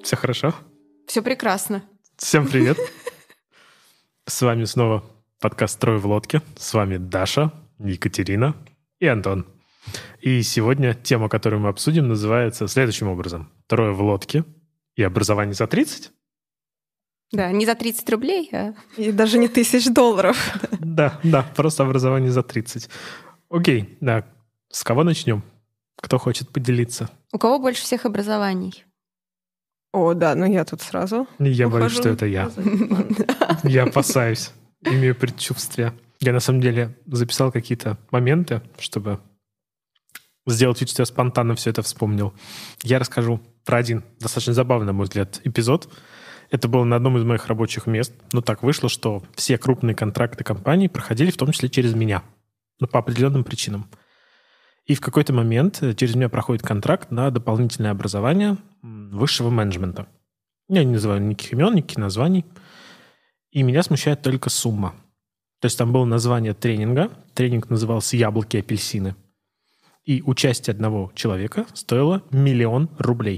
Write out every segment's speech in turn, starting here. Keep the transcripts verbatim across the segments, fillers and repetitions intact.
Все хорошо? Все прекрасно. Всем привет. С вами снова подкаст «Трое в лодке». С вами Даша, Екатерина и Антон. И сегодня тема, которую мы обсудим, называется следующим образом. «Трое в лодке» и образование за тридцать. Да, не за тридцать рублей, а... И даже не тысяч долларов. Да, да, просто образование за тридцать. Окей, да. С кого начнем? Кто хочет поделиться? У кого больше всех образований? О, да, ну я тут сразу Я боюсь, ухожу что это я. назад. Я опасаюсь, имею предчувствие. Я на самом деле записал какие-то моменты, чтобы сделать вид, что я спонтанно все это вспомнил. Я расскажу про один достаточно забавный, на мой взгляд, эпизод. Это было на одном из моих рабочих мест. Но так вышло, что все крупные контракты компании проходили в том числе через меня. Ну, по определенным причинам. И в какой-то момент через меня проходит контракт на дополнительное образование высшего менеджмента. Я не называю никаких имен, никаких названий. И меня смущает только сумма. То есть там было название тренинга. Тренинг назывался «Яблоки и апельсины». И участие одного человека стоило миллион рублей.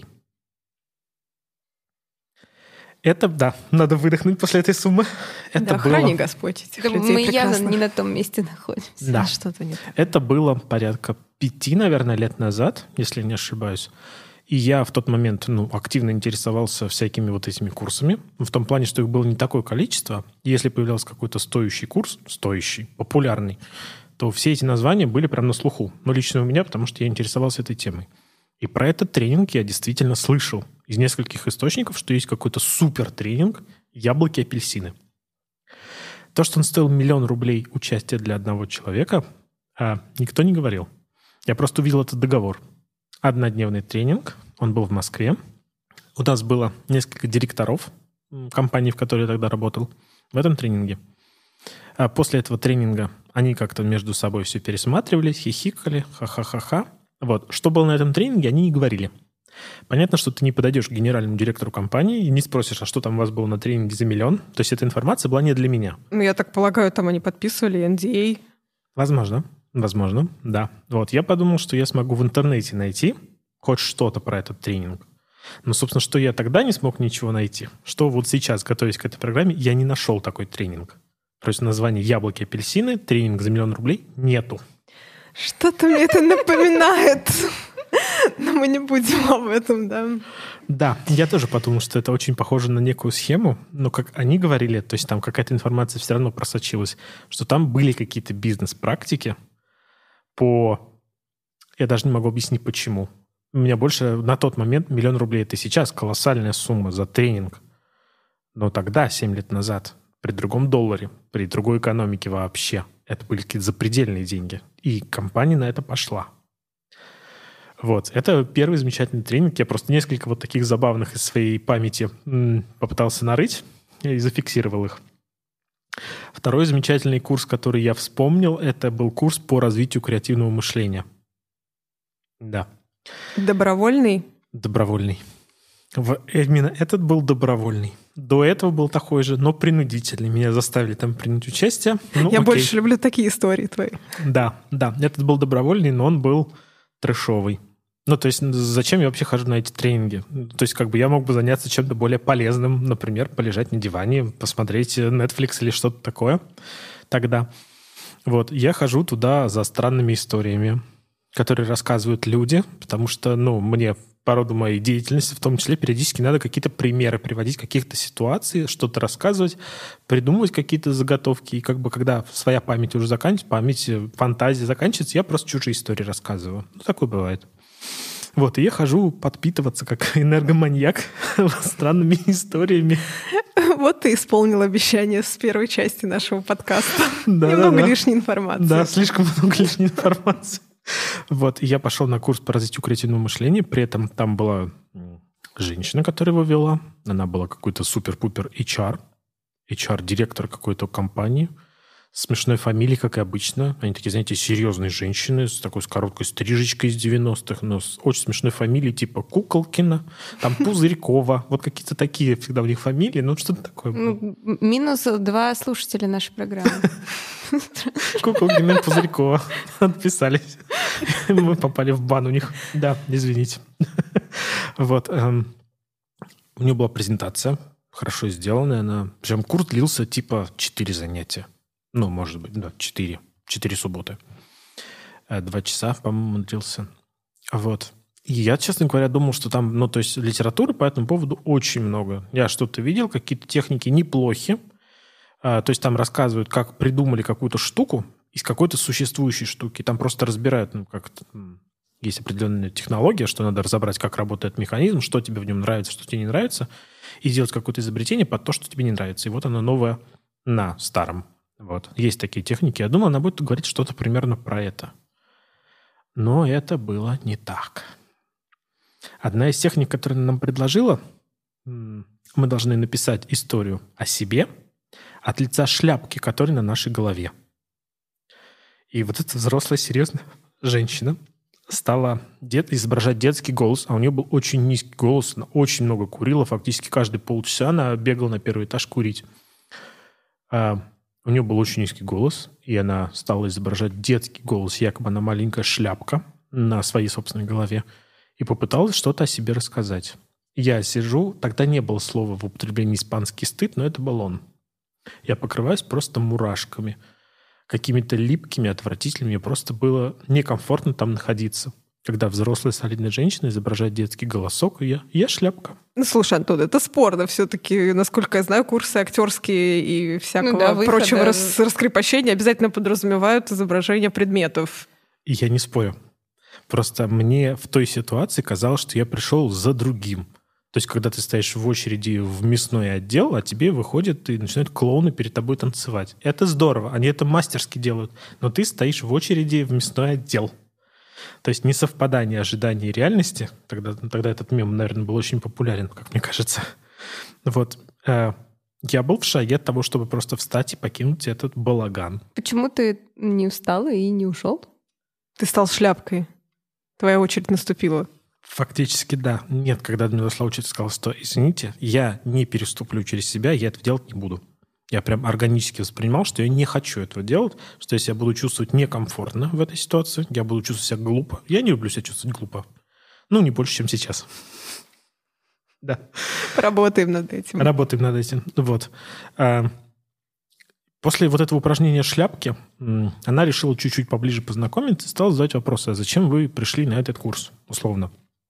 Это, да, надо выдохнуть после этой суммы. Это Да, было... храни Господь этих Да, людей мы явно прекрасных. не на том месте находимся. Да. Что-то не так. Это было порядка пяти, наверное, лет назад, если не ошибаюсь. И я в тот момент ну, активно интересовался всякими вот этими курсами. В том плане, что их было не такое количество. И если появлялся какой-то стоящий курс, стоящий, популярный, то все эти названия были прям на слуху. Ну, лично у меня, потому что я интересовался этой темой. И про этот тренинг я действительно слышал из нескольких источников, что есть какой-то супер тренинг «Яблоки и апельсины». То, что он стоил миллион рублей участия для одного человека, а, никто не говорил. Я просто увидел этот договор. Однодневный тренинг, он был в Москве. У нас было несколько директоров компании, в которой я тогда работал, в этом тренинге. А после этого тренинга они как-то между собой все пересматривали, хихикали, ха-ха-ха-ха. Вот. Что было на этом тренинге, они не говорили. Понятно, что ты не подойдешь к генеральному директору компании и не спросишь, а что там у вас было на тренинге за миллион. То есть эта информация была не для меня. Ну, я так полагаю, там они подписывали эн ди эй. Возможно. Возможно, да. Вот. Я подумал, что я смогу в интернете найти хоть что-то про этот тренинг. Но, собственно, что я тогда не смог ничего найти, что вот сейчас, готовясь к этой программе, я не нашел такой тренинг. То есть название «Яблоки и апельсины», тренинг за миллион рублей нету. Что-то мне это напоминает. Но мы не будем об этом, да. Да, я тоже подумал, что это очень похоже на некую схему, но как они говорили, то есть там какая-то информация все равно просочилась, что там были какие-то бизнес-практики по... Я даже не могу объяснить, почему. У меня больше на тот момент миллион рублей. Это сейчас колоссальная сумма за тренинг. Но тогда, семь лет назад, при другом долларе, при другой экономике вообще, это были какие-то запредельные деньги. И компания на это пошла. Вот. Это первый замечательный тренинг. Я просто несколько вот таких забавных из своей памяти м, попытался нарыть и зафиксировал их. Второй замечательный курс, который я вспомнил, это был курс по развитию креативного мышления. Да. Добровольный? Добровольный. В, именно этот был добровольный. До этого был такой же, но принудительный. Меня заставили там принять участие. Ну, Я окей. больше люблю такие истории твои. Да, да. Этот был добровольный, но он был трэшовый. Ну, то есть зачем я вообще хожу на эти тренинги? То есть как бы я мог бы заняться чем-то более полезным. Например, полежать на диване, посмотреть Netflix или что-то такое тогда. Вот. Я хожу туда за странными историями, которые рассказывают люди, потому что, ну, мне по роду моей деятельности, в том числе, периодически надо какие-то примеры приводить, каких-то ситуаций, что-то рассказывать, придумывать какие-то заготовки. И как бы когда своя память уже заканчивается, память, фантазия заканчивается, я просто чужие истории рассказываю. Ну, такое бывает. Вот, и я хожу подпитываться как энергоманьяк странными историями. Вот ты исполнил обещание с первой части нашего подкаста. Да, Немного да, да. лишней информации. Да, слишком много лишней информации. Вот, и я пошел на курс по развитию креативного мышления, при этом там была женщина, которая его вела, она была какой-то супер-пупер эйч ар, эйч ар-директор какой-то компании, смешной фамилией, как и обычно. Они такие, знаете, серьезные женщины с такой с короткой стрижечкой из девяностых, но с очень смешной фамилией, типа Куколкина, там Пузырькова. Вот какие-то такие всегда у них фамилии, ну что-то такое. Ну, минус два слушателя нашей программы. Куколкина и Пузырькова отписались. Мы попали в бан у них. Да, извините. Вот. У нее была презентация, хорошо сделанная. Она... Причем курс длился типа четыре занятия. Ну, может быть, да, четыре. Четыре субботы. Два часа, по-моему, длился. Вот. И я, честно говоря, думал, что там, ну, то есть литературы по этому поводу очень много. Я что-то видел, какие-то техники неплохи. А, то есть там рассказывают, как придумали какую-то штуку из какой-то существующей штуки. Там просто разбирают, ну, как есть определенная технология, что надо разобрать, как работает механизм, что тебе в нем нравится, что тебе не нравится, и сделать какое-то изобретение под то, что тебе не нравится. И вот оно новое на старом. Вот. Есть такие техники. Я думал, она будет говорить что-то примерно про это. Но это было не так. Одна из техник, которую она нам предложила, мы должны написать историю о себе от лица шляпки, которая на нашей голове. И вот эта взрослая, серьезная женщина стала дет, изображать детский голос, а у нее был очень низкий голос, она очень много курила, фактически каждые полчаса она бегала на первый этаж курить. А у нее был очень низкий голос, и она стала изображать детский голос, якобы она маленькая шляпка на своей собственной голове, и попыталась что-то о себе рассказать. Я сижу, тогда не было слова в употреблении испанский стыд, но это был он. Я покрываюсь просто мурашками, какими-то липкими, отвратительными. Мне просто было некомфортно там находиться. Когда взрослая солидная женщина изображает детский голосок, и я, я шляпка. Ну, слушай, Антон, это спорно все-таки. Насколько я знаю, курсы актерские и всякого ну, да, выхода... прочего рас, раскрепощения обязательно подразумевают изображение предметов. И я не спорю. Просто мне в той ситуации казалось, что я пришел за другим. То есть, когда ты стоишь в очереди в мясной отдел, а тебе выходят и начинают клоуны перед тобой танцевать. Это здорово, они это мастерски делают. Но ты стоишь в очереди в мясной отдел. То есть несовпадание ожиданий и реальности. Тогда, тогда этот мем, наверное, был очень популярен, как мне кажется. Вот. Я был в шаге от того, чтобы просто встать и покинуть этот балаган. Почему ты не встал и не ушел? Ты стал шляпкой. Твоя очередь наступила. Фактически, да. Нет, когда до меня дошла очередь, сказал, что, извините, я не переступлю через себя, я это делать не буду. Я прям органически воспринимал, что я не хочу этого делать, что если я буду чувствовать некомфортно в этой ситуации, я буду чувствовать себя глупо. Я не люблю себя чувствовать глупо. Ну, не больше, чем сейчас. Да. Работаем над этим. Работаем над этим. Вот. После вот этого упражнения шляпки она решила чуть-чуть поближе познакомиться и стала задавать вопросы, а зачем вы пришли на этот курс, условно.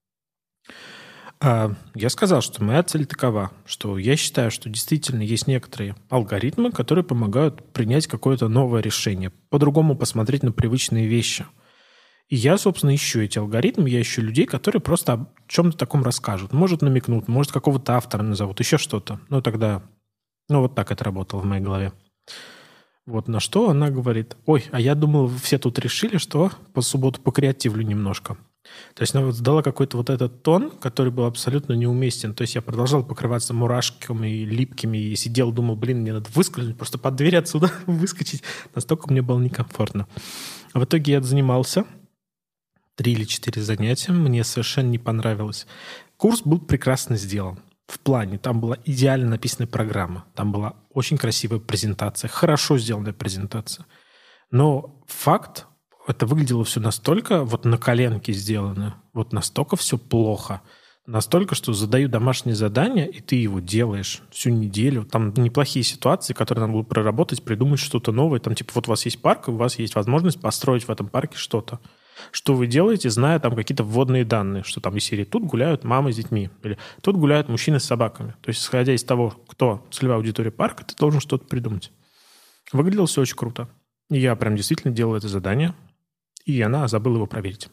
Я сказал, что моя цель такова, что я считаю, что действительно есть некоторые алгоритмы, которые помогают принять какое-то новое решение, по-другому посмотреть на привычные вещи. И я, собственно, ищу эти алгоритмы, я ищу людей, которые просто о чем-то таком расскажут. Может, намекнут, может, какого-то автора назовут, еще что-то. Ну, тогда... Ну, вот так это работало в моей голове. Вот на что она говорит: ой, а я думал, все тут решили, что по субботу покреативлю немножко. То есть она вот сдала какой-то вот этот тон, который был абсолютно неуместен. То есть я продолжал покрываться мурашками и липкими, и сидел, думал, блин, мне надо выскользнуть, просто под дверь отсюда выскочить. Настолько мне было некомфортно. А в итоге я занимался три или четыре занятия, мне совершенно не понравилось. Курс был прекрасно сделан. В плане, там была идеально написанная программа, там была очень красивая презентация, хорошо сделанная презентация. Но факт, это выглядело все настолько вот на коленке сделано, вот настолько все плохо, настолько, что задаю домашнее задание, и ты его делаешь всю неделю. Там неплохие ситуации, которые надо было проработать, придумать что-то новое. Там типа вот у вас есть парк, и у вас есть возможность построить в этом парке что-то. Что вы делаете, зная там какие-то вводные данные, что там из серии тут гуляют мамы с детьми, или тут гуляют мужчины с собаками. То есть, исходя из того, кто целевая аудитория парка, ты должен что-то придумать. Выглядело все очень круто. И я прям действительно делал это задание, и она забыла его проверить.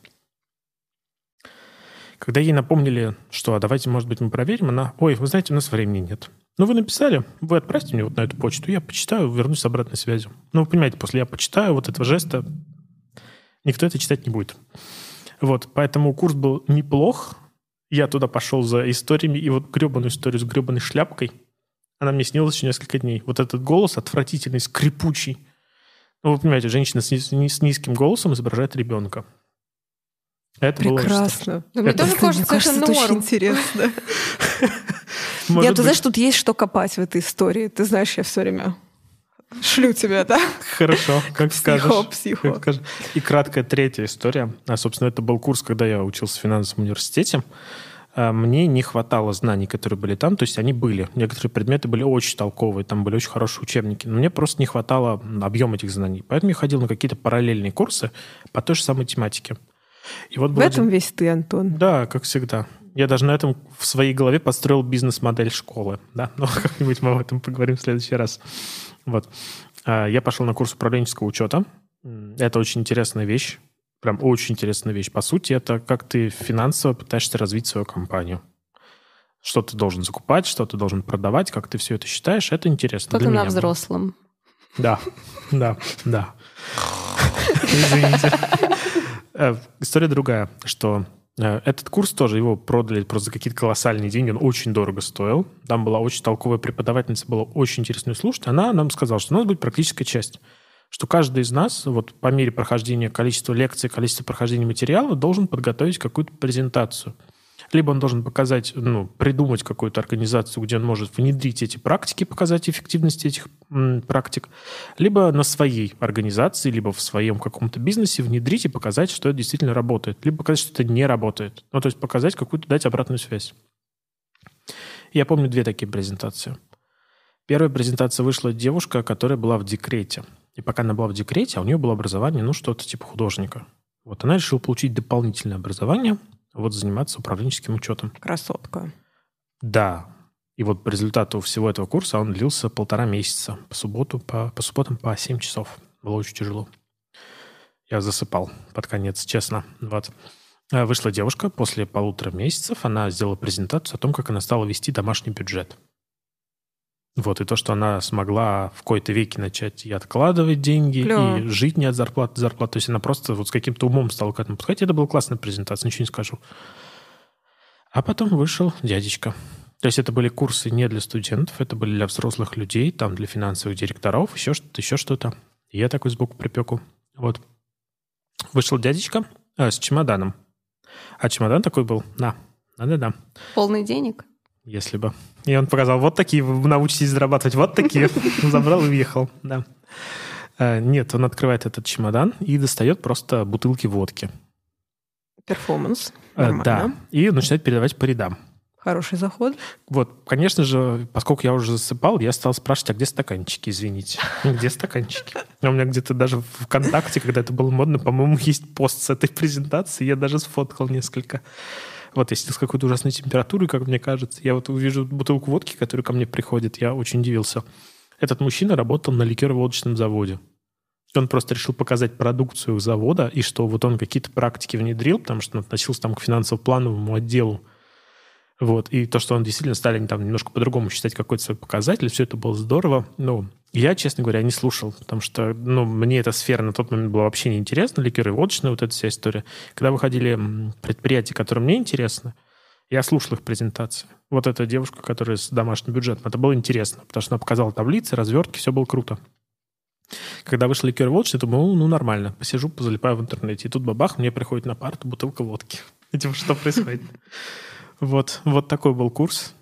Когда ей напомнили, что а давайте, может быть, мы проверим, она: ой, вы знаете, у нас времени нет. Ну, вы написали, вы отправьте мне вот на эту почту, я почитаю, вернусь с обратной связью. Ну, вы понимаете, после я почитаю вот этого жеста, никто это читать не будет. Вот, поэтому курс был неплох. Я туда пошел за историями, и вот гребаную историю с гребаной шляпкой, она мне снилась еще несколько дней. Вот этот голос отвратительный, скрипучий. Ну, вы понимаете, женщина с, низ, с низким голосом изображает ребенка. Это прекрасно. Было мне тоже кажется, кажется, это, это норм. очень интересно. Нет, ты знаешь, тут есть что копать в этой истории. Ты знаешь, я все время шлю тебя, да? Хорошо, как скажешь. Психо, психо. И краткая третья история. А, собственно, это был курс, когда я учился в финансовом университете. мне не хватало знаний, которые были там. То есть они были. Некоторые предметы были очень толковые, там были очень хорошие учебники. Но мне просто не хватало объема этих знаний. Поэтому я ходил на какие-то параллельные курсы по той же самой тематике. И вот в этом один... весь ты, Антон. Да, как всегда. Я даже на этом в своей голове построил бизнес-модель школы. Да? Но как-нибудь мы об этом поговорим в следующий раз. Вот. Я пошел на курс управленческого учета. Это очень интересная вещь. Прям очень интересная вещь. По сути, это как ты финансово пытаешься развить свою компанию. Что ты должен закупать, что ты должен продавать, как ты все это считаешь, это интересно. Что-то на взрослом. Да, да, да. Извините. История другая, что этот курс тоже, его продали просто за какие-то колоссальные деньги, он очень дорого стоил. Там была очень толковая преподавательница, было очень интересно слушать. Она нам сказала, что у нас будет практическая часть. Что каждый из нас вот по мере прохождения количества лекций, количества прохождения материала должен подготовить какую-то презентацию. Либо он должен показать, ну, придумать какую-то организацию, где он может внедрить эти практики, показать эффективность этих м, практик, либо на своей организации, либо в своем каком-то бизнесе внедрить и показать, что это действительно работает, либо показать, что это не работает. Ну, то есть показать какую-то, дать обратную связь. Я помню две такие презентации. Первая презентация вышла девушка, которая была в декрете. И пока она была в декрете, а у нее было образование, ну, что-то типа художника. Вот она решила получить дополнительное образование, вот заниматься управленческим учетом. Красотка. Да. И вот по результату всего этого курса он длился полтора месяца. По, субботу, по, по субботам по семь часов. Было очень тяжело. Я засыпал под конец, честно. Вот. Вышла девушка после полутора месяцев. Она сделала презентацию о том, как она стала вести домашний бюджет. Вот, и то, что она смогла в какой-то веке начать и откладывать деньги, Клево. и жить не от зарплаты до зарплаты. То есть она просто вот с каким-то умом стала к этому подходить. Это была классная презентация, ничего не скажу. А потом вышел дядечка. То есть это были курсы не для студентов, это были для взрослых людей, там для финансовых директоров, еще что-то, еще что-то. И я такой сбоку припеку. Вот. Вышел дядечка а, с чемоданом. А чемодан такой был, на, да-да-да. Полный денег? Если бы. И он показал, вот такие, вы научитесь зарабатывать, вот такие. Забрал и уехал, да. Нет, он открывает этот чемодан и достает просто бутылки водки. Перформанс. Нормально. Да, и начинает передавать по рядам. Хороший заход. Вот, конечно же, поскольку я уже засыпал, я стал спрашивать, а где стаканчики, извините? Где стаканчики? У меня где-то даже в ВКонтакте, когда это было модно, по-моему, есть пост с этой презентации, я даже сфоткал несколько. Вот, если с какой-то ужасной температурой, как мне кажется, я вот увижу бутылку водки, которая ко мне приходит, я очень удивился. Этот мужчина работал на ликеро-водочном заводе. Он просто решил показать продукцию завода, и что вот он какие-то практики внедрил, потому что он относился там к финансово-плановому отделу. Вот, и то, что он действительно стали там немножко по-другому считать какой-то свой показатель, все это было здорово. Ну, я, честно говоря, не слушал, потому что, ну, мне эта сфера на тот момент была вообще неинтересна, ликеры водочные, вот эта вся история. Когда выходили предприятия, которые мне интересны, я слушал их презентации. Вот эта девушка, которая с домашним бюджетом, это было интересно, потому что она показала таблицы, развертки, все было круто. Когда вышли ликеры водочные, я думаю, ну, нормально, посижу, позалипаю в интернете. И тут бабах, мне приходит на парту бутылка водки. Типа, что происходит? Вот, вот такой был курс.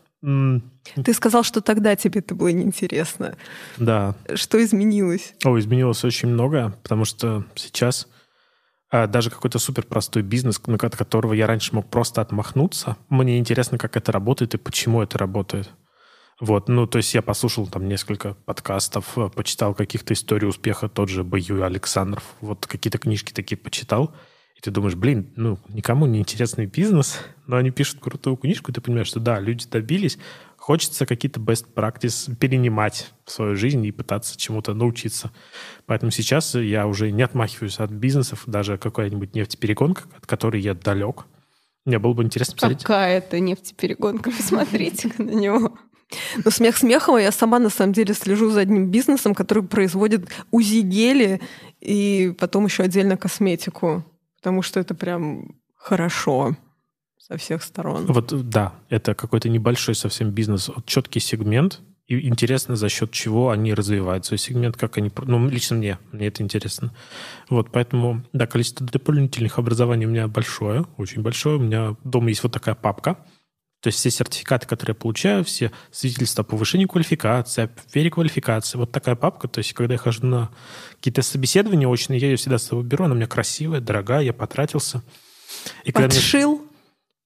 Ты сказал, что тогда тебе это было неинтересно. Да. Что изменилось? О, изменилось очень много, потому что сейчас а, даже какой-то суперпростой бизнес, от которого я раньше мог просто отмахнуться, мне интересно, как это работает и почему это работает. Вот, ну, то есть я послушал там несколько подкастов, почитал каких-то историй успеха, тот же Баю Александров, вот какие-то книжки такие почитал. И ты думаешь, блин, ну, никому не интересный бизнес, но они пишут крутую книжку, и ты понимаешь, что да, люди добились, хочется какие-то best practice перенимать в свою жизнь и пытаться чему-то научиться. Поэтому сейчас я уже не отмахиваюсь от бизнесов, даже какая-нибудь нефтеперегонка, от которой я далек. Мне было бы интересно посмотреть. Какая-то нефтеперегонка, посмотрите на него. Ну, смех смехом, я сама на самом деле слежу за одним бизнесом, который производит УЗИ-гели и потом еще отдельно косметику. Потому что это прям хорошо со всех сторон. Вот да, это какой-то небольшой совсем бизнес, четкий сегмент, и интересно, за счет чего они развивают свой сегмент, как они... Ну, лично мне, мне это интересно. Вот, поэтому, да, количество дополнительных образований у меня большое, очень большое. У меня дома есть вот такая папка. То есть все сертификаты, которые я получаю, все свидетельства о повышении квалификации, о переквалификации. Вот такая папка. То есть когда я хожу на какие-то собеседования очные, я ее всегда с собой беру. Она у меня красивая, дорогая, я потратился. И Подшил? Мне...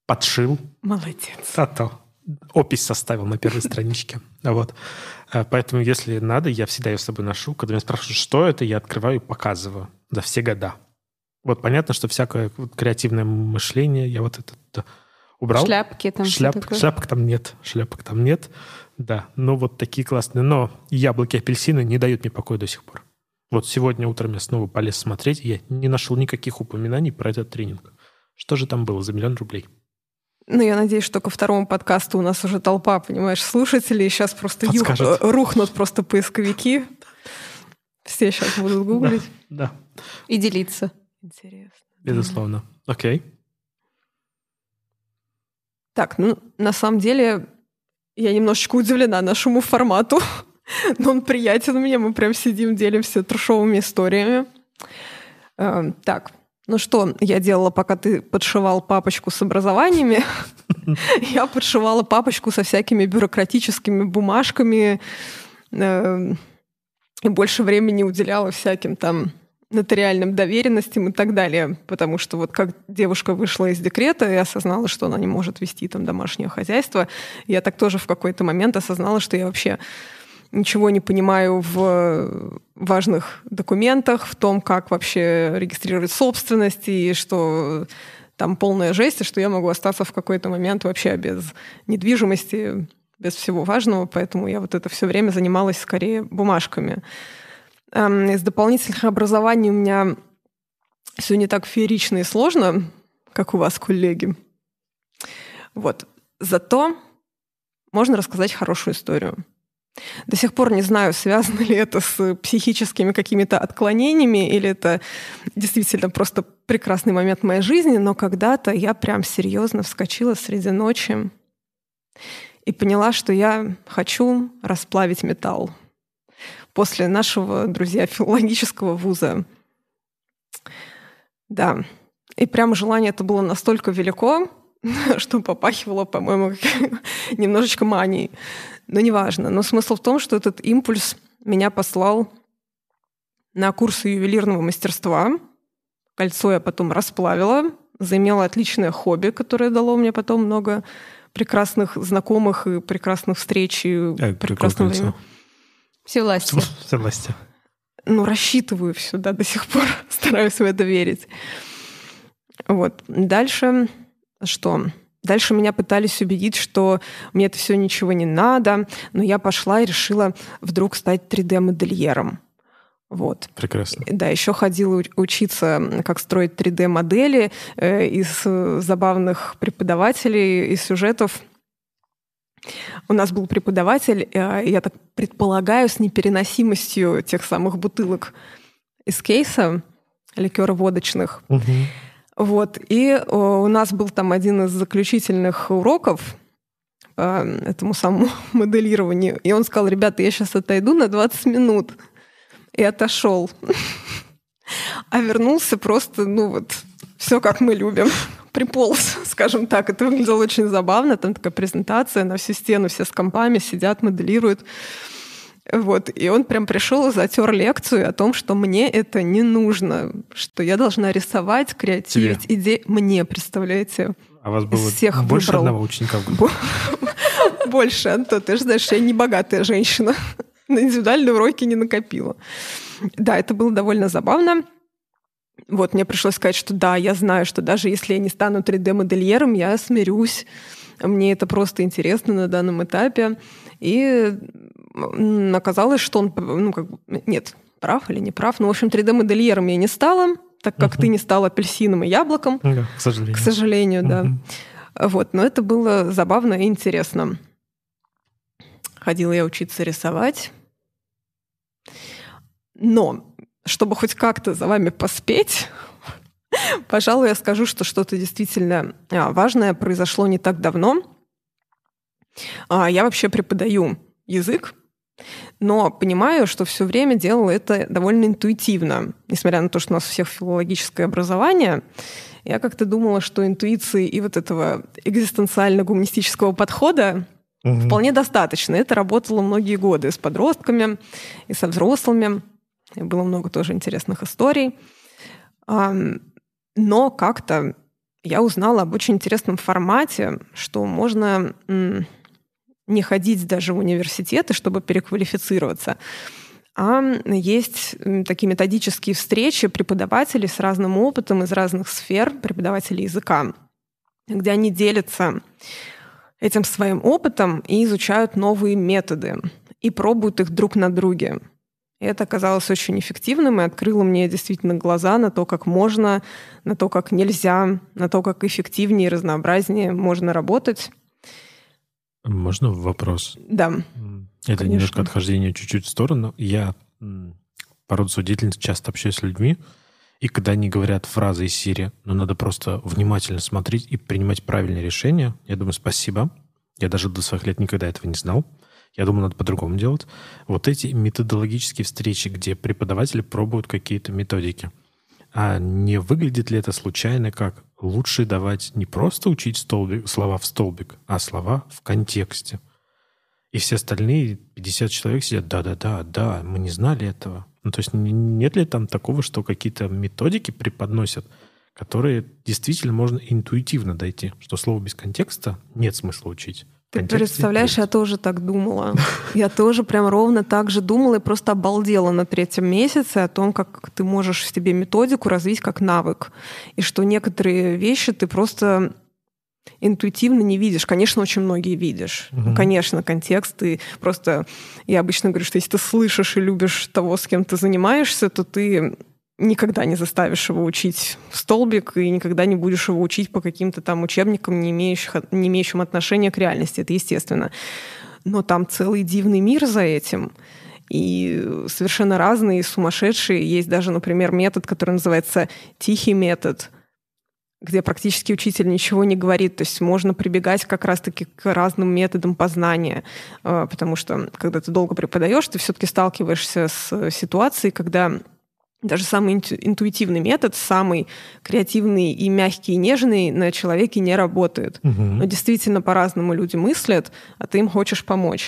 подшил. Молодец. А то опись составил на первой страничке. Вот. Поэтому, если надо, я всегда ее с собой ношу. Когда меня спрашивают, что это, я открываю и показываю за все года. Вот понятно, что всякое креативное мышление, я вот это убрал. Шляпки там. Шляп, шляпок там нет. Шляпок там нет. Да, но вот такие классные. Но яблоки, апельсины не дают мне покоя до сих пор. Вот сегодня утром я снова полез смотреть, и я не нашел никаких упоминаний про этот тренинг. Что же там было за миллион рублей? Ну, я надеюсь, что ко второму подкасту у нас уже толпа, понимаешь, слушателей. Сейчас просто ю... рухнут просто поисковики. Все сейчас будут гуглить. Да, да. И делиться. Интересно. Безусловно. Да. Окей. Так, ну, на самом деле, я немножечко удивлена нашему формату. Но он приятен мне. Мы прям сидим, делимся трешовыми историями. Э, так, ну что я делала, пока ты подшивал папочку с образованиями? Я подшивала папочку со всякими бюрократическими бумажками и больше времени уделяла всяким там нотариальным доверенностям и так далее. Потому что вот как девушка вышла из декрета и осознала, что она не может вести там домашнее хозяйство, я так тоже в какой-то момент осознала, что я вообще ничего не понимаю в важных документах, в том, как вообще регистрировать собственность, и что там полная жесть, и что я могу остаться в какой-то момент вообще без недвижимости, без всего важного. Поэтому я вот это все время занималась скорее бумажками. Из дополнительных образований у меня все не так феерично и сложно, как у вас, коллеги. Вот. Зато можно рассказать хорошую историю. До сих пор не знаю, связано ли это с психическими какими-то отклонениями, или это действительно просто прекрасный момент моей жизни, но когда-то я прям серьезно вскочила среди ночи и поняла, что я хочу расплавить металл. После нашего, друзья, филологического вуза. Да. И прям желание это было настолько велико, что попахивало, по-моему, немножечко манией. Но неважно. Но смысл в том, что этот импульс меня послал на курсы ювелирного мастерства. Кольцо я потом расплавила, заимела отличное хобби, которое дало мне потом много прекрасных знакомых и прекрасных встреч и а, прекрасного времени. Всевластие. Всевластие. Ну, рассчитываю все, да, до сих пор стараюсь в это верить. Вот. Дальше что? Дальше меня пытались убедить, что мне это все ничего не надо, но я пошла и решила вдруг стать три дэ-модельером. Вот. Прекрасно. Да, еще ходила учиться, как строить три дэ-модели э, из забавных преподавателей, из сюжетов. У нас был преподаватель, э, я так предполагаю, с непереносимостью тех самых бутылок из кейса, ликероводочных. Угу. Вот. И о, у нас был там один из заключительных уроков по этому самому моделированию. И он сказал: ребята, я сейчас отойду на двадцать минут. И отошел. А вернулся просто, ну вот, все как мы любим. Приполз, скажем так. Это выглядело очень забавно. Там такая презентация на всю стену, все с компами сидят, моделируют. Вот. И он прям пришел и затер лекцию о том, что мне это не нужно, что я должна рисовать, креативить идеи. Мне, представляете? А вас было всех больше выбрал. одного ученика в группе? Больше, Антон. Ты же знаешь, я не богатая женщина. На индивидуальные уроки не накопила. Да, это было довольно забавно. Вот, мне пришлось сказать, что да, я знаю, что даже если я не стану три дэ-модельером, я смирюсь. Мне это просто интересно на данном этапе. И оказалось, что он... Ну, как бы, нет, прав или не прав. Ну, в общем, три дэ-модельером я не стала, так как uh-huh. ты не стал апельсином и яблоком. Да, к сожалению. К сожалению, uh-huh. да. Вот, но это было забавно и интересно. Ходила я учиться рисовать. Но, чтобы хоть как-то за вами поспеть, пожалуй, я скажу, что что-то действительно важное произошло не так давно. Я вообще преподаю язык, но понимаю, что все время делала это довольно интуитивно. Несмотря на то, что у нас у всех филологическое образование, я как-то думала, что интуиции и вот этого экзистенциально-гуманистического подхода угу. вполне достаточно. Это работало многие годы с подростками и со взрослыми. И было много тоже интересных историй. Но как-то я узнала об очень интересном формате, что можно м, не ходить даже в университеты, чтобы переквалифицироваться, а есть такие методические встречи преподавателей с разным опытом из разных сфер, преподавателей языка, где они делятся этим своим опытом и изучают новые методы и пробуют их друг на друге. И это оказалось очень эффективным и открыло мне действительно глаза на то, как можно, на то, как нельзя, на то, как эффективнее и разнообразнее можно работать. Можно вопрос? Да. Это конечно. Немножко отхождение чуть-чуть в сторону. Я по роду своей деятельности часто общаюсь с людьми, и когда они говорят фразы из серии, ну, надо просто внимательно смотреть и принимать правильные решения, я думаю, спасибо. Я даже до своих лет никогда этого не знал. Я думаю, надо по-другому делать. Вот эти методологические встречи, где преподаватели пробуют какие-то методики. А не выглядит ли это случайно как лучше давать не просто учить столбик, слова в столбик, а слова в контексте? И все остальные пятьдесят человек сидят, да-да-да, да, мы не знали этого. Ну, то есть нет ли там такого, что какие-то методики преподносят, которые действительно можно интуитивно дойти, что слово без контекста нет смысла учить? Ты представляешь, я тоже так думала. Я тоже прям ровно так же думала и просто обалдела на третьем месяце о том, как ты можешь в себе методику развить как навык. И что некоторые вещи ты просто интуитивно не видишь. Конечно, очень многие видишь. Угу. Ну, конечно, контекст. И просто я обычно говорю, что если ты слышишь и любишь того, с кем ты занимаешься, то ты никогда не заставишь его учить в столбик и никогда не будешь его учить по каким-то там учебникам, не, имеющих, не имеющим отношения к реальности. Это естественно. Но там целый дивный мир за этим. И совершенно разные, сумасшедшие. Есть даже, например, метод, который называется «тихий метод», где практически учитель ничего не говорит. То есть можно прибегать как раз-таки к разным методам познания. Потому что, когда ты долго преподаешь, ты все-таки сталкиваешься с ситуацией, когда даже самый интуитивный метод, самый креативный и мягкий, и нежный на человеке не работает. Угу. Но действительно по-разному люди мыслят, а ты им хочешь помочь.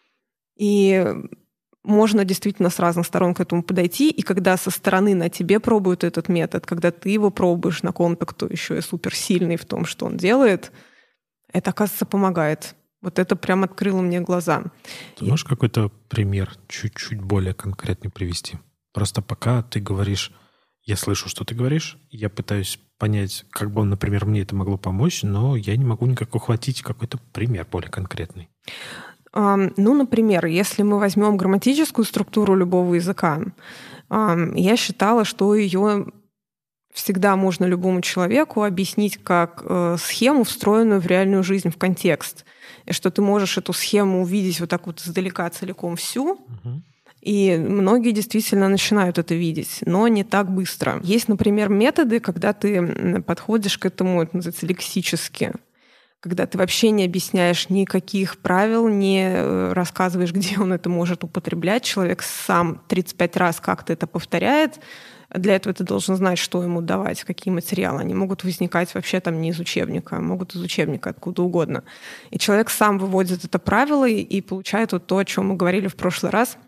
И можно действительно с разных сторон к этому подойти. И когда со стороны на тебе пробуют этот метод, когда ты его пробуешь на ком-то, кто еще и суперсильный в том, что он делает, это, оказывается, помогает. Вот это прям открыло мне глаза. Ты можешь и... какой-то пример чуть-чуть более конкретный привести? Просто пока ты говоришь, я слышу, что ты говоришь, я пытаюсь понять, как бы, например, мне это могло помочь, но я не могу никак ухватить какой-то пример более конкретный. Um, ну, например, если мы возьмем грамматическую структуру любого языка, um, я считала, что ее всегда можно любому человеку объяснить как э, схему, встроенную в реальную жизнь, в контекст. И что ты можешь эту схему увидеть вот так вот издалека целиком всю, uh-huh. И многие действительно начинают это видеть, но не так быстро. Есть, например, методы, когда ты подходишь к этому, это называется лексически, когда ты вообще не объясняешь никаких правил, не рассказываешь, где он это может употреблять. Человек сам тридцать пять раз как-то это повторяет. Для этого ты должен знать, что ему давать, какие материалы. Они могут возникать вообще там не из учебника, могут из учебника, откуда угодно. И человек сам выводит это правило и получает вот то, о чем мы говорили в прошлый раз,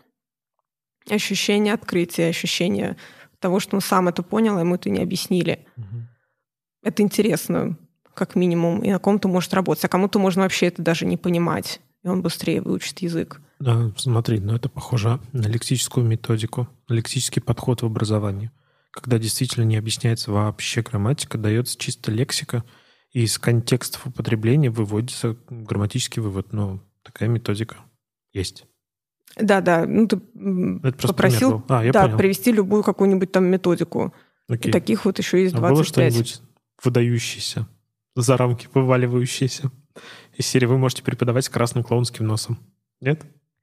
ощущение открытия, ощущение того, что он сам это понял, а ему это не объяснили. Угу. Это интересно, как минимум, и на ком-то может работать, а кому-то можно вообще это даже не понимать, и он быстрее выучит язык. Да, смотри, ну это похоже на лексическую методику, на лексический подход в образовании, когда действительно не объясняется вообще грамматика, дается чисто лексика, и из контекстов употребления выводится грамматический вывод. Ну, такая методика есть. Да, да. Ну, ты это попросил а, да, привести любую какую-нибудь там методику. Окей. И таких вот еще есть двадцать пять. А было что-нибудь выдающееся, за рамки вываливающееся? Из серии вы можете преподавать с красным клоунским носом. Нет?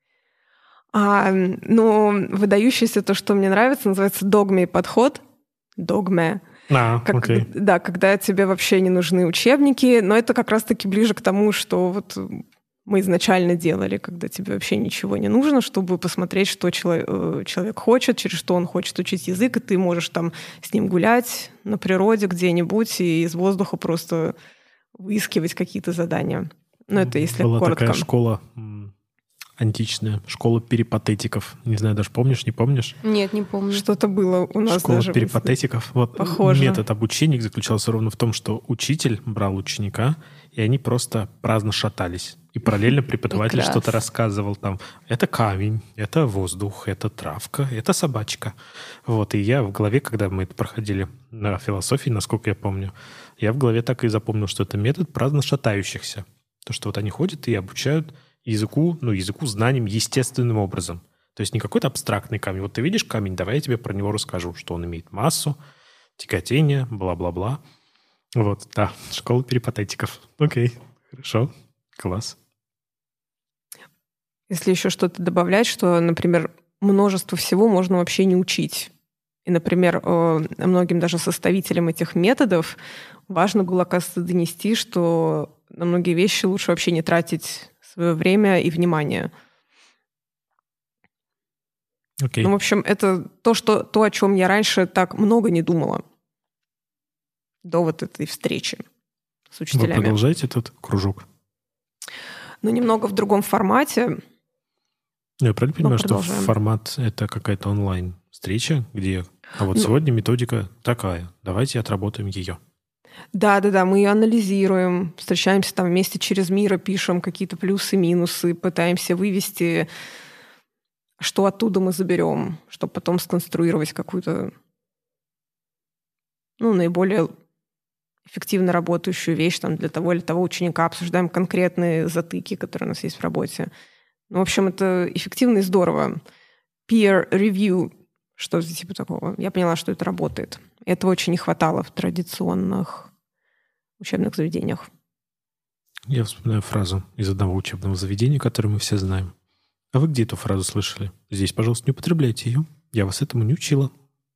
А, ну, выдающееся то, что мне нравится, называется догме подход. Догме. А, как, окей. Да, когда тебе вообще не нужны учебники, но это как раз-таки ближе к тому, что вот мы изначально делали, когда тебе вообще ничего не нужно, чтобы посмотреть, что человек, человек хочет, через что он хочет учить язык, и ты можешь там с ним гулять на природе где-нибудь и из воздуха просто выискивать какие-то задания. Ну, это если Была коротко. Была такая школа античная. Школа перипатетиков. Не знаю, даже помнишь, не помнишь? Нет, не помню. Что-то было у нас Школа даже. перипатетиков. Вот Похоже. метод обучения заключался ровно в том, что учитель брал ученика, и они просто праздно шатались. И параллельно преподаватель Прекрасно. что-то рассказывал там. Это камень, это воздух, это травка, это собачка. Вот. И я в голове, когда мы это проходили на философии, насколько я помню, я в голове так и запомнил, что это метод праздно шатающихся. То, что вот они ходят и обучают языку, ну, языку, знаниям естественным образом. То есть не какой-то абстрактный камень. Вот ты видишь камень, давай я тебе про него расскажу, что он имеет массу, тяготение, бла-бла-бла. Вот, да, школа перипатетиков. Окей, хорошо, класс. Если еще что-то добавлять, что, например, множество всего можно вообще не учить. И, например, э, многим даже составителям этих методов важно было, оказывается, донести, что на многие вещи лучше вообще не тратить свое время и внимание. Окей. Ну, в общем, это то, что, то, о чем я раньше так много не думала до вот этой встречи с Вы учителями. продолжаете этот кружок? Ну, немного в другом формате. Я правильно Ну, понимаю, что продолжаем. формат — это какая-то онлайн-встреча, где... А вот Ну. сегодня методика такая, давайте отработаем ее. Да-да-да, мы ее анализируем, встречаемся там вместе через мир, пишем какие-то плюсы, минусы, пытаемся вывести, что оттуда мы заберем, чтобы потом сконструировать какую-то, ну, наиболее эффективно работающую вещь там, для того или того ученика. Обсуждаем конкретные затыки, которые у нас есть в работе. Ну, в общем, это эффективно и здорово. Peer review, что-то типа такого. Я поняла, что это работает. Этого очень не хватало в традиционных учебных заведениях. Я вспоминаю фразу из одного учебного заведения, которое мы все знаем. А вы где эту фразу слышали? Здесь, пожалуйста, не употребляйте ее. Я вас этому не учила.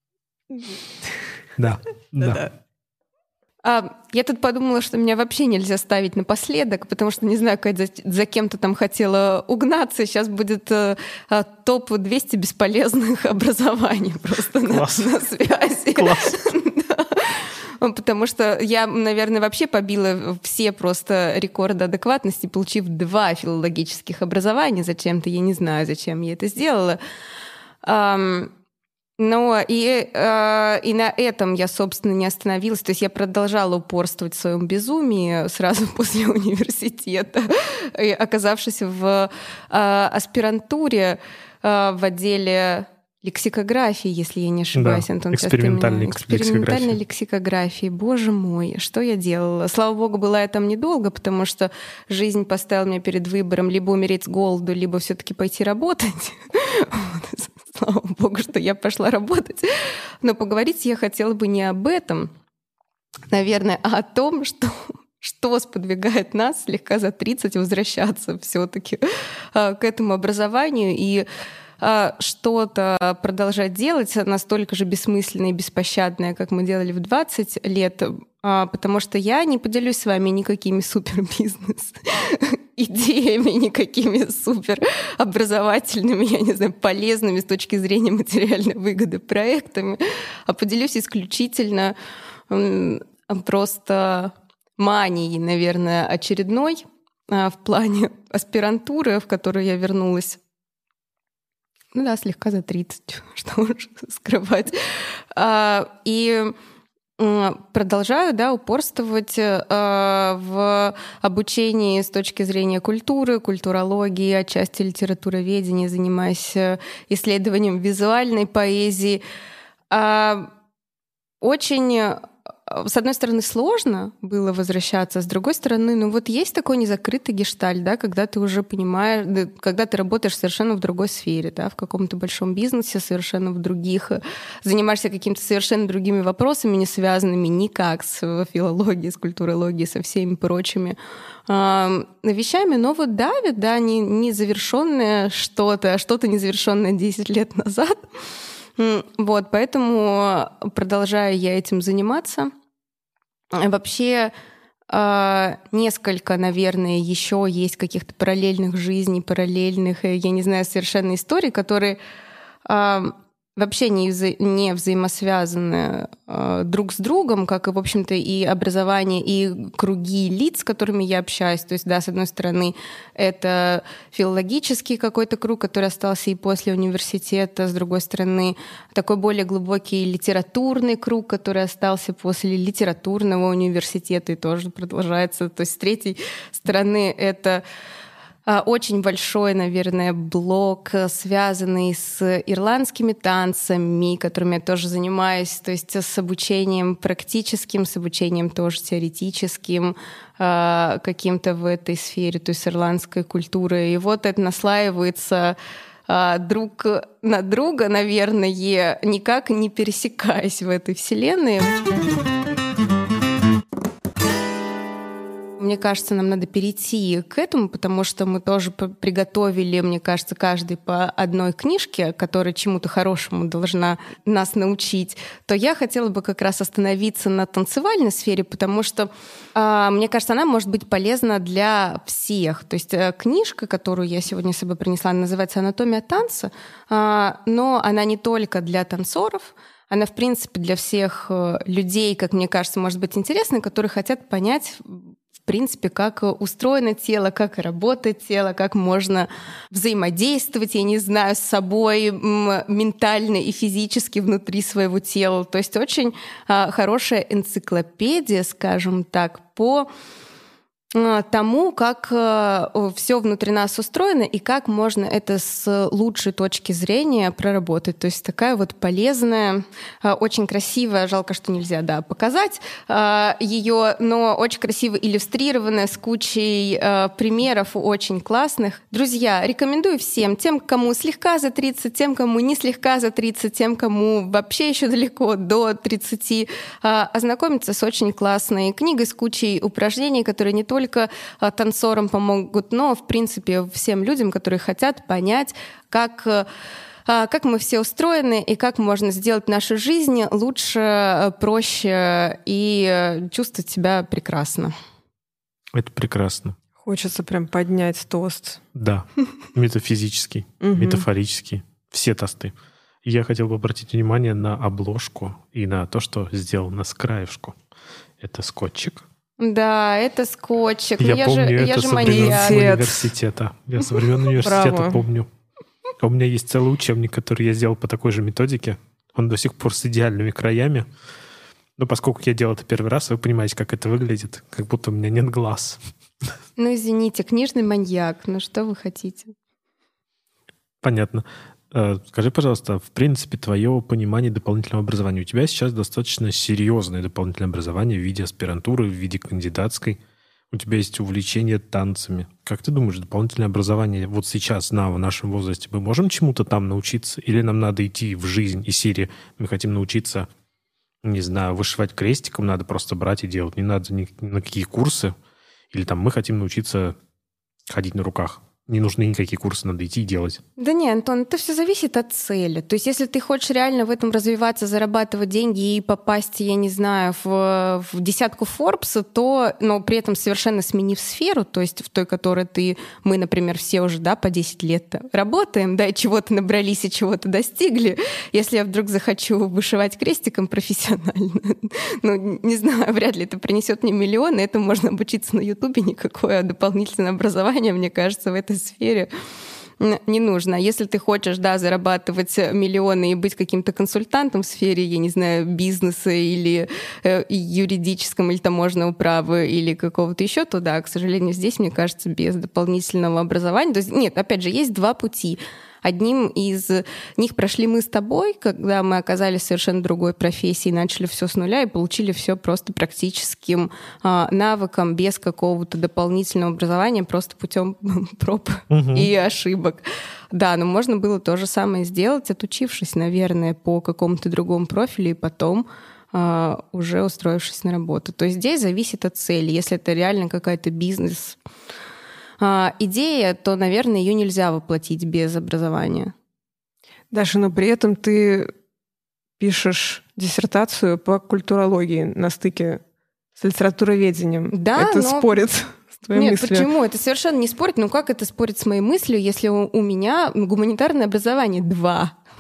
Да, да. А, я тут подумала, что меня вообще нельзя ставить напоследок, потому что, не знаю, Катя, за, за кем-то там хотела угнаться. Сейчас будет э, э, топ двести бесполезных образований просто на, на связи. Класс. Да. Потому что я, наверное, вообще побила все просто рекорды адекватности, получив два филологических образования зачем-то. Я не знаю, зачем я это сделала. Um, Но и, э, и на этом я, собственно, не остановилась. То есть я продолжала упорствовать в своем безумии сразу после университета, и оказавшись в э, аспирантуре э, в отделе лексикографии, если я не ошибаюсь, Да, Антон. экспериментальной меня... экспериментальной лексикографии. Боже мой, что я делала? Слава богу, была я там недолго, потому что жизнь поставила меня перед выбором либо умереть с голоду, либо все-таки пойти работать. Слава богу, что я пошла работать. Но поговорить я хотела бы не об этом, наверное, а о том, что, что сподвигает нас слегка за тридцать возвращаться все-таки к этому образованию и что-то продолжать делать настолько же бессмысленное и беспощадное, как мы делали в двадцать лет, потому что я не поделюсь с вами никакими супербизнес идеями, никакими суперобразовательными, я не знаю, полезными с точки зрения материальной выгоды проектами, а поделюсь исключительно просто манией, наверное, очередной в плане аспирантуры, в которую я вернулась. Ну да, слегка за тридцать, что уж скрывать. И продолжаю, да, упорствовать в обучении с точки зрения культуры, культурологии, отчасти литературоведения, занимаясь исследованием визуальной поэзии. Очень... С одной стороны, сложно было возвращаться, с другой стороны, ну вот есть такой незакрытый гештальт, да, когда ты уже понимаешь, когда ты работаешь совершенно в другой сфере, да, в каком-то большом бизнесе, совершенно в других, занимаешься какими-то совершенно другими вопросами, не связанными никак с филологией, с культурологией, со всеми прочими э, вещами, но вот давит, да, не, незавершенное что-то, что-то незавершенное десять лет назад. Вот, поэтому продолжаю я этим заниматься. Вообще несколько, наверное, еще есть каких-то параллельных жизней, параллельных, я не знаю, совершенно историй, которые вообще не, вза- не взаимосвязаны э, друг с другом, как и, в общем-то, и образование, и круги лиц, с которыми я общаюсь. То есть, да, с одной стороны, это филологический какой-то круг, который остался и после университета, с другой стороны, такой более глубокий литературный круг, который остался после литературного университета и тоже продолжается. То есть, с третьей стороны, это очень большой, наверное, блок, связанный с ирландскими танцами, которыми я тоже занимаюсь, то есть с обучением практическим, с обучением тоже теоретическим, каким-то в этой сфере, то есть с ирландской культурой. И вот это наслаивается друг на друга, наверное, никак не пересекаясь в этой вселенной. Мне кажется, нам надо перейти к этому, потому что мы тоже приготовили, мне кажется, каждый по одной книжке, которая чему-то хорошему должна нас научить. То я хотела бы как раз остановиться на танцевальной сфере, потому что, мне кажется, она может быть полезна для всех. То есть книжка, которую я сегодня с собой принесла, называется «Анатомия танца», но она не только для танцоров, она, в принципе, для всех людей, как мне кажется, может быть интересна, которые хотят понять, в принципе, как устроено тело, как работает тело, как можно взаимодействовать, я не знаю, с собой ментально и физически внутри своего тела. То есть очень хорошая энциклопедия, скажем так, по тому, как все внутри нас устроено и как можно это с лучшей точки зрения проработать. То есть такая вот полезная, очень красивая, жалко, что нельзя, да, показать ее, но очень красиво иллюстрированная, с кучей примеров очень классных. Друзья, рекомендую всем, тем, кому слегка за тридцать, тем, кому не слегка за тридцать, тем, кому вообще еще далеко до тридцати, ознакомиться с очень классной книгой, с кучей упражнений, которые не только только танцорам помогут, но, в принципе, всем людям, которые хотят понять, как, как мы все устроены и как можно сделать нашу жизнь лучше, проще и чувствовать себя прекрасно. Это прекрасно. Хочется прям поднять тост. Да, метафизический, метафорический, все тосты. Я хотел бы обратить внимание на обложку и на то, что сделано с краешку. Это скотчик. Да, это скотчик. Я, я помню же, это я же со времен маньяк. университета. Я со времен университета помню. У меня есть целый учебник, который я сделал по такой же методике. Он до сих пор с идеальными краями. Но поскольку я делал это первый раз, вы понимаете, как это выглядит. Как будто у меня нет глаз. Ну, извините, книжный маньяк. Ну, что вы хотите? Понятно. Скажи, пожалуйста, в принципе, твое понимание дополнительного образования. У тебя сейчас достаточно серьезное дополнительное образование в виде аспирантуры, в виде кандидатской. У тебя есть увлечение танцами. Как ты думаешь, дополнительное образование вот сейчас, на, в нашем возрасте, мы можем чему-то там научиться? Или нам надо идти в жизнь из серии мы хотим научиться, не знаю, вышивать крестиком, надо просто брать и делать. Не надо ни на какие курсы. Или там мы хотим научиться ходить на руках. Не нужны никакие курсы, надо идти и делать. Да не, Антон, это все зависит от цели. То есть если ты хочешь реально в этом развиваться, зарабатывать деньги и попасть, я не знаю, в, в десятку Forbes, то, но при этом совершенно сменив сферу, то есть в той, которой ты, мы, например, все уже, да, по десять лет работаем, да, и чего-то набрались и чего-то достигли. Если я вдруг захочу вышивать крестиком профессионально, ну, не знаю, вряд ли это принесет мне миллионы, этому можно обучиться на Ютубе, никакое дополнительное образование, мне кажется, в этой сфере не нужно. Если ты хочешь, да, зарабатывать миллионы и быть каким-то консультантом в сфере, я не знаю, бизнеса или э, юридическом, или таможенного права, или какого-то еще, то да, к сожалению, здесь, мне кажется, без дополнительного образования. То есть, нет, опять же, есть два пути. Одним из них прошли мы с тобой, когда мы оказались в совершенно другой профессии, начали все с нуля и получили все просто практическим а, навыком, без какого-то дополнительного образования, просто путем проб угу. и ошибок. Да, но можно было то же самое сделать, отучившись, наверное, по какому-то другому профилю и потом а, уже устроившись на работу. То есть здесь зависит от цели. Если это реально какая-то бизнес идея, то, наверное, ее нельзя воплотить без образования. Даша, но при этом ты пишешь диссертацию по культурологии на стыке с литературоведением. Да, это но... спорит с твоей Нет, мыслью. почему? Это совершенно не спорит. Ну как это спорит с моей мыслью, если у, у меня гуманитарное образование два?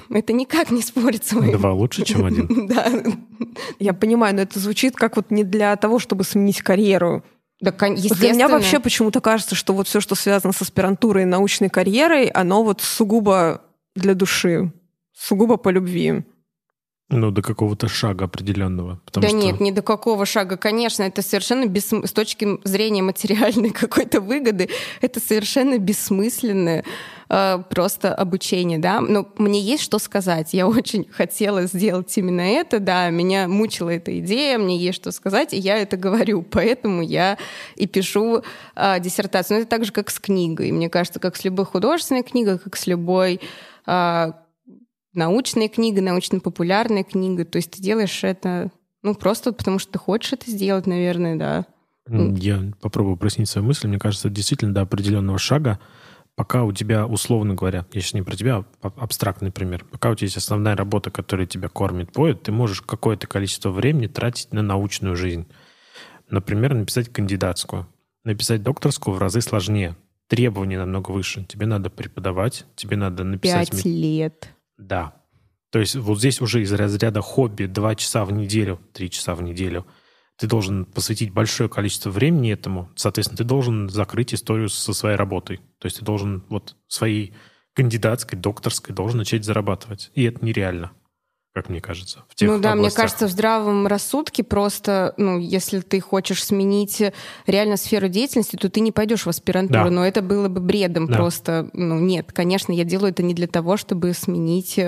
Это никак не спорит с моим. Два лучше, чем один. Да. Я понимаю, но это звучит как вот не для того, чтобы сменить карьеру. Да, кон- Вот для естественно. меня вообще почему-то кажется, что вот все, что связано с аспирантурой и научной карьерой, оно вот сугубо для души, сугубо по любви. Ну, до какого-то шага определенного. Потому Да что... нет, ни до какого шага. Конечно, это совершенно бес... с точки зрения материальной какой-то выгоды, это совершенно бессмысленное э, просто обучение, да. Но мне есть что сказать. Я очень хотела сделать именно это, да. Меня мучила эта идея, мне есть что сказать, и я это говорю. Поэтому я и пишу э, диссертацию. Но это так же, как с книгой. Мне кажется, как с любой художественной книгой, как с любой... Э, научная книга, научно-популярная книга. То есть ты делаешь это, ну, просто потому что ты хочешь это сделать, наверное, да. Я попробую прояснить свою мысль. Мне кажется, действительно до определенного шага, пока у тебя, условно говоря, я сейчас не про тебя, а абстрактный пример, пока у тебя есть основная работа, которая тебя кормит, поет, ты можешь какое-то количество времени тратить на научную жизнь. Например, написать кандидатскую. Написать докторскую в разы сложнее. Требования намного выше. Тебе надо преподавать, тебе надо написать... Пять лет. Да. То есть вот здесь уже из разряда хобби два часа в неделю, три часа в неделю ты должен посвятить большое количество времени этому. Соответственно, ты должен закрыть историю со своей работой. То есть ты должен вот своей кандидатской, докторской должен начать зарабатывать. И это нереально, как мне кажется. В тех Ну да, областях. мне кажется, в здравом рассудке просто, ну, если ты хочешь сменить реально сферу деятельности, то ты не пойдешь в аспирантуру. Да. Но это было бы бредом Да. просто. Ну нет, конечно, я делаю это не для того, чтобы сменить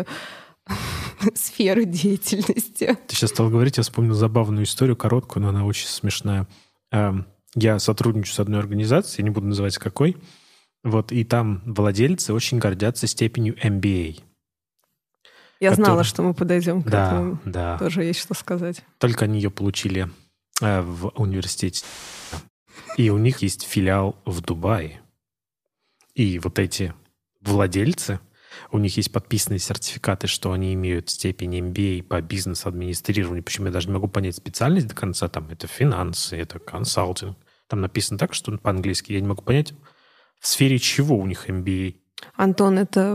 сферу деятельности. Ты сейчас стал говорить, я вспомнил забавную историю, короткую, но она очень смешная. Я сотрудничаю с одной организацией, я не буду называть какой, вот, и там владельцы очень гордятся степенью эм би эй. Я который... знала, что мы подойдем к да, этому. Да. Тоже есть что сказать. Только они ее получили э, в университете. И у них есть филиал в Дубае. И вот эти владельцы, у них есть подписанные сертификаты, что они имеют степень эм би эй по бизнес-администрированию. Почему я даже не могу понять специальность до конца. Там это финансы, это консалтинг. Там написано так, что по-английски. Я не могу понять, в сфере чего у них эм би эй. Антон, это,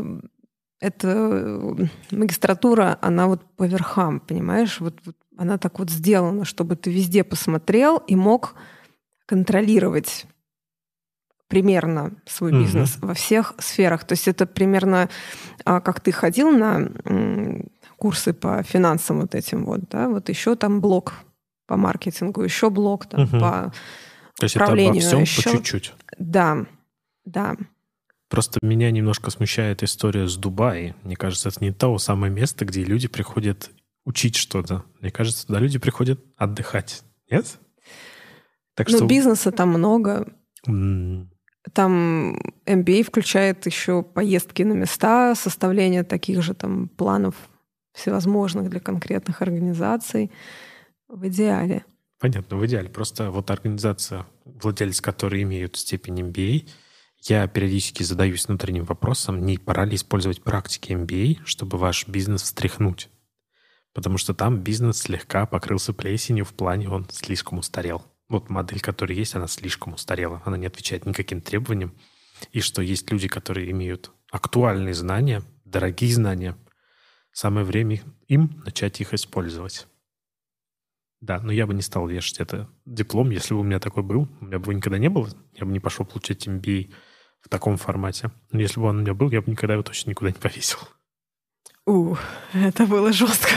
это магистратура, она вот по верхам, понимаешь? Вот, вот она так вот сделана, чтобы ты везде посмотрел и мог контролировать примерно свой Мгм. бизнес во всех сферах. То есть это примерно а, как ты ходил на м, курсы по финансам вот этим вот, да, вот еще там блок по маркетингу, еще блок там Мгм. по То есть это обо управлению. всем еще... по чуть-чуть. Да, да. Просто меня немножко смущает история с Дубаи. Мне кажется, это не то самое место, где люди приходят учить что-то. Мне кажется, туда люди приходят отдыхать. Нет? Так Но что... бизнеса там много. м, Там эм би эй включает еще поездки на места, составление таких же там планов всевозможных для конкретных организаций. В идеале. Понятно, в идеале. Просто вот организация, владельцы, которые имеют степень эм би эй, я периодически задаюсь внутренним вопросом, не пора ли использовать практики эм би эй, чтобы ваш бизнес встряхнуть. Потому что там бизнес слегка покрылся плесенью в плане, он слишком устарел. Вот модель, которая есть, она слишком устарела. Она не отвечает никаким требованиям. И что есть люди, которые имеют актуальные знания, дорогие знания. Самое время им начать их использовать. Да, но я бы не стал вешать это диплом, если бы у меня такой был. У меня бы его никогда не было. Я бы не пошел получать эм би эй в таком формате. Но если бы он у меня был, я бы никогда его точно никуда не повесил. У, это было жестко.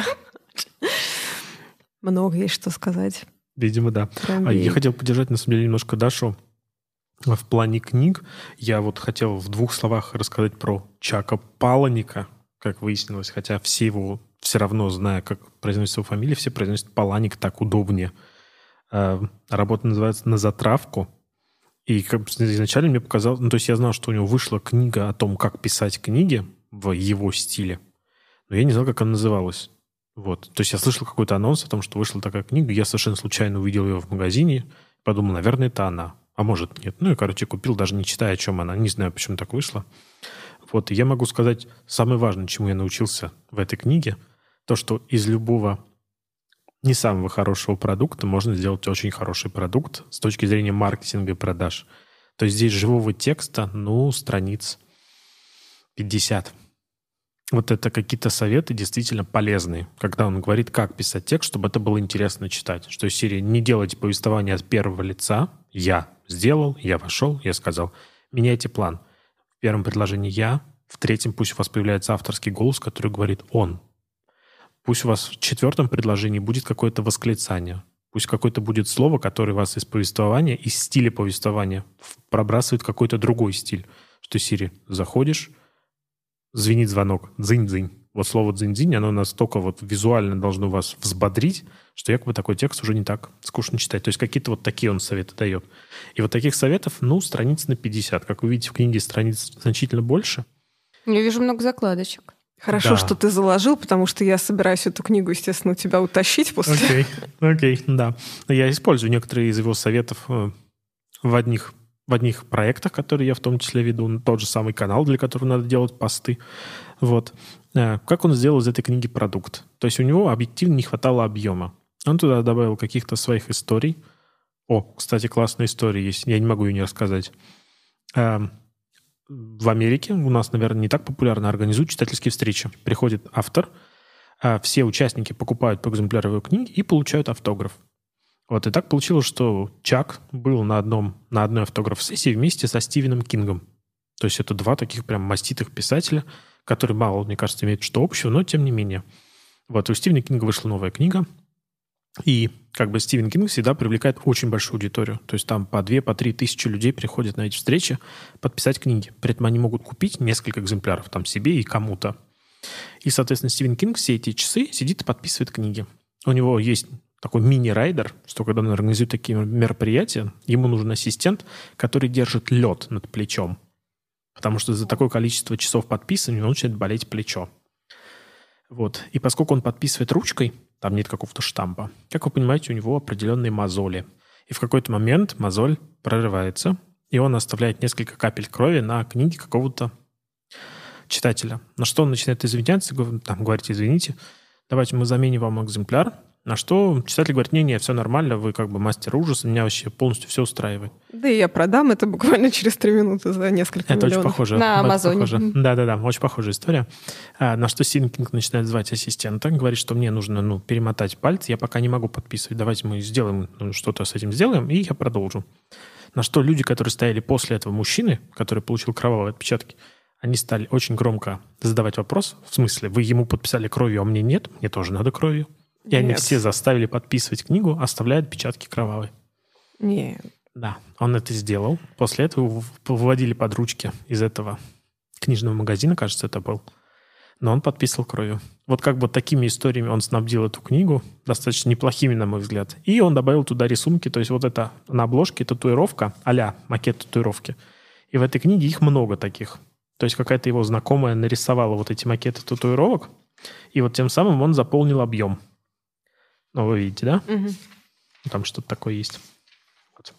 Много есть что сказать. Видимо, да. про эм би А эй. я хотел поддержать, на самом деле, немножко Дашу в плане книг. Я вот хотел в двух словах рассказать про Чака Паланика, как выяснилось, хотя все его все равно, зная, как произносится его фамилия, все произносят Паланик так удобнее. А, Работа называется «На затравку». И как бы изначально мне показалось... Ну, то есть я знал, что у него вышла книга о том, как писать книги в его стиле, но я не знал, как она называлась. Вот. То есть я слышал какой-то анонс о том, что вышла такая книга, я совершенно случайно увидел ее в магазине, подумал, наверное, это она. А может, нет. Ну и, короче, купил, даже не читая, о чем она. Не знаю, почему так вышло. Вот. И я могу сказать, самое важное, чему я научился в этой книге, то, что из любого не самого хорошего продукта можно сделать очень хороший продукт с точки зрения маркетинга и продаж. То есть здесь живого текста, ну, страниц пятьдесят. вот это какие-то советы действительно полезные, когда он говорит, как писать текст, чтобы это было интересно читать. Что из серии «Не делайте повествование от первого лица». Я сделал, я вошел, я сказал. Меняйте план. В первом предложении «я», в третьем пусть у вас появляется авторский голос, который говорит «он». Пусть у вас в четвертом предложении будет какое-то восклицание. Пусть какое-то будет слово, которое вас из повествования, из стиля повествования пробрасывает в какой-то другой стиль. Что из серии «заходишь», звенит звонок, дзынь-дзынь. Вот слово дзынь-дзынь, оно настолько вот визуально должно вас взбодрить, что якобы такой текст уже не так скучно читать. То есть какие-то вот такие он советы дает. И вот таких советов, ну, страниц на пятьдесят. Как вы видите, в книге страниц значительно больше. Я вижу много закладочек. Хорошо, Да. что ты заложил, потому что я собираюсь эту книгу, естественно, у тебя утащить после. Окей, окей, да. Я использую некоторые из его советов э, в одних в одних проектах, которые я в том числе веду, тот же самый канал, для которого надо делать посты. Вот. Как он сделал из этой книги продукт? То есть у него объективно не хватало объема. Он туда добавил каких-то своих историй. О, кстати, классная история есть, я не могу ее не рассказать. В Америке у нас, наверное, не так популярно организуют читательские встречи. Приходит автор, все участники покупают по экземпляру его книги и получают автограф. Вот, и так получилось, что Чак был на, одном, на одной автограф-сессии вместе со Стивеном Кингом. То есть это два таких прям маститых писателя, которые мало, мне кажется, имеют что общего, но тем не менее. Вот, у Стивена Кинга вышла новая книга, и как бы Стивен Кинг всегда привлекает очень большую аудиторию. То есть там по две, по три тысячи людей приходят на эти встречи подписать книги. При этом они могут купить несколько экземпляров там себе и кому-то. И, соответственно, Стивен Кинг все эти часы сидит и подписывает книги. У него есть такой мини-райдер, что когда он организует такие мероприятия, ему нужен ассистент, который держит лед над плечом. Потому что за такое количество часов подписывания начинает болеть плечо. Вот. И поскольку он подписывает ручкой, там нет какого-то штампа, как вы понимаете, у него определенные мозоли. И в какой-то момент мозоль прорывается, и он оставляет несколько капель крови на книге какого-то читателя. На что он начинает извиняться, там, говорить, извините, давайте мы заменим вам экземпляр. На что читатель говорит, не-не, все нормально, вы как бы мастер ужаса, меня вообще полностью все устраивает. Да и я продам это буквально через три минуты за несколько это миллионов. очень похоже. На Амазоне. Да-да-да, очень похожая история. А, на что Стивен Кинг начинает звать ассистента, говорит, что мне нужно ну, перемотать пальцы, я пока не могу подписывать, давайте мы сделаем, ну, что-то с этим сделаем, и я продолжу. На что люди, которые стояли после этого мужчины, который получил кровавые отпечатки, они стали очень громко задавать вопрос, в смысле, вы ему подписали кровью, а мне нет, мне тоже надо кровью. И Нет. они все заставили подписывать книгу, оставляя отпечатки кровавые. Нет. Да, он это сделал. После этого выводили под ручки из этого книжного магазина, кажется, это был. Но он подписывал кровью. Вот как бы такими историями он снабдил эту книгу, достаточно неплохими, на мой взгляд. И он добавил туда рисунки, то есть вот это на обложке татуировка, а-ля макет татуировки. И в этой книге их много таких. То есть какая-то его знакомая нарисовала вот эти макеты татуировок, и вот тем самым он заполнил объем. Ну, вы видите, да? Угу. Там что-то такое есть. Вот.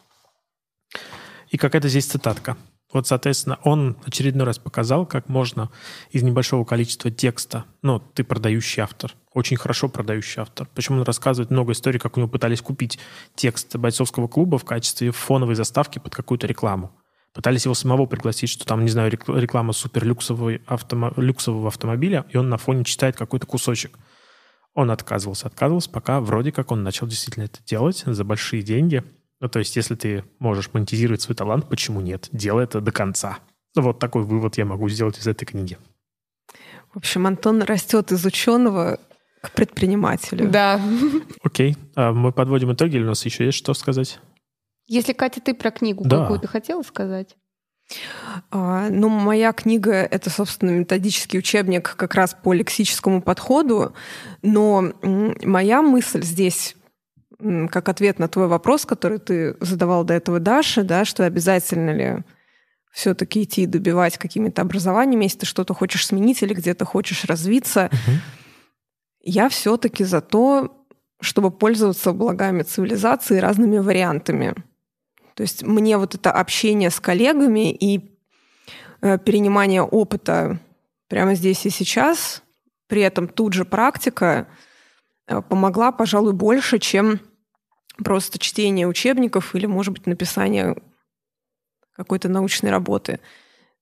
И какая-то здесь цитатка. Вот, соответственно, он очередной раз показал, как можно из небольшого количества текста, ну, ты продающий автор, очень хорошо продающий автор. Причем он рассказывает много историй, как у него пытались купить текст бойцовского клуба в качестве фоновой заставки под какую-то рекламу. Пытались его самого пригласить, что там, не знаю, реклама суперлюксового автомо- люксового автомобиля, и он на фоне читает какой-то кусочек. Он отказывался, отказывался, пока вроде как он начал действительно это делать за большие деньги. Ну, то есть, если ты можешь монетизировать свой талант, почему нет? Делай это до конца. Вот такой вывод я могу сделать из этой книги. В общем, Антон растет из ученого к предпринимателю. Да. Окей. А мы подводим итоги, или у нас еще есть что сказать? Если, Катя, ты про книгу Да. какую-то хотела сказать? А, ну, моя книга — это, собственно, методический учебник как раз по лексическому подходу, но м, моя мысль здесь, м, как ответ на твой вопрос, который ты задавал до этого Даше, да, что обязательно ли все-таки идти и добивать какими-то образованиями, если ты что-то хочешь сменить или где-то хочешь развиться, Угу. я все-таки за то, чтобы пользоваться благами цивилизации разными вариантами. То есть мне вот это общение с коллегами и э, перенимание опыта прямо здесь и сейчас, при этом тут же практика э, помогла, пожалуй, больше, чем просто чтение учебников или, может быть, написание какой-то научной работы.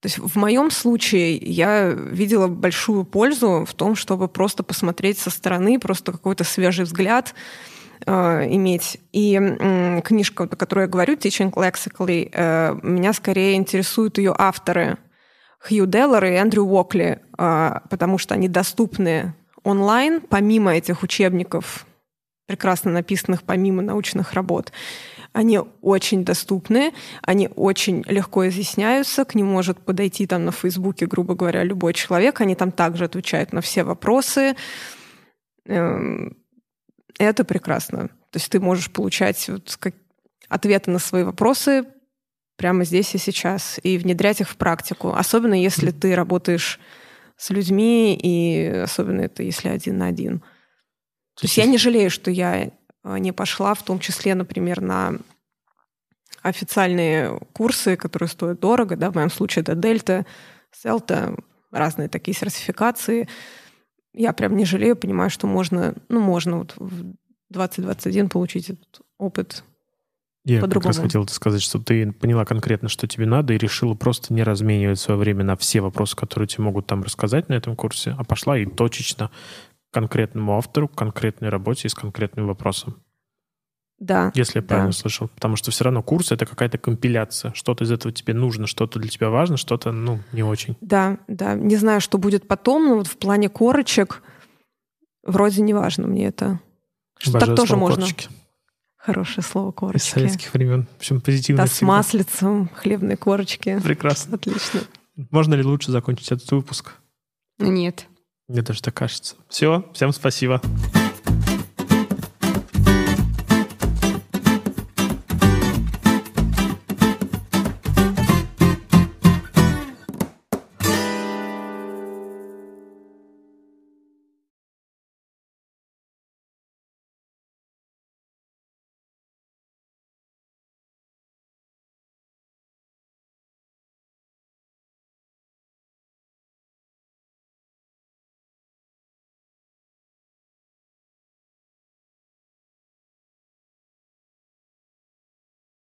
То есть в моем случае я видела большую пользу в том, чтобы просто посмотреть со стороны, просто какой-то свежий взгляд э, иметь. И э, книжка, о которой я говорю, Teaching Lexically, э, меня скорее интересуют ее авторы Хью Деллар и Эндрю Уокли, э, потому что они доступны онлайн, помимо этих учебников, прекрасно написанных, помимо научных работ. Они очень доступны, они очень легко изъясняются, к ним может подойти там на Фейсбуке, грубо говоря, любой человек, они там также отвечают на все вопросы. Это прекрасно. То есть ты можешь получать вот ответы на свои вопросы прямо здесь и сейчас и внедрять их в практику, особенно если ты работаешь с людьми, и особенно это если один на один. То есть я не жалею, что я не пошла, в том числе, например, на официальные курсы, которые стоят дорого. Да, в моем случае это Дельта, Селта, разные такие сертификации. Я прям не жалею, понимаю, что можно, ну, можно вот в двадцать двадцать один получить этот опыт я по-другому. Я как раз хотел сказать, что ты поняла конкретно, что тебе надо, и решила просто не разменивать свое время на все вопросы, которые тебе могут там рассказать на этом курсе, а пошла и точечно конкретному автору, к конкретной работе и с конкретным вопросом. Да. Если я да. правильно слышал. Потому что все равно курс — это какая-то компиляция. Что-то из этого тебе нужно, что-то для тебя важно, что-то, ну, не очень. Да, да. Не знаю, что будет потом, но вот в плане корочек вроде не важно мне это. Что Обожаю так тоже слово можно. Корочки. Хорошее слово корочки. Из советских времен. В общем, позитивно. Да, с маслицем, хлебные корочки. Прекрасно. Отлично. Можно ли лучше закончить этот выпуск? Нет. Мне даже так кажется. Все, всем спасибо.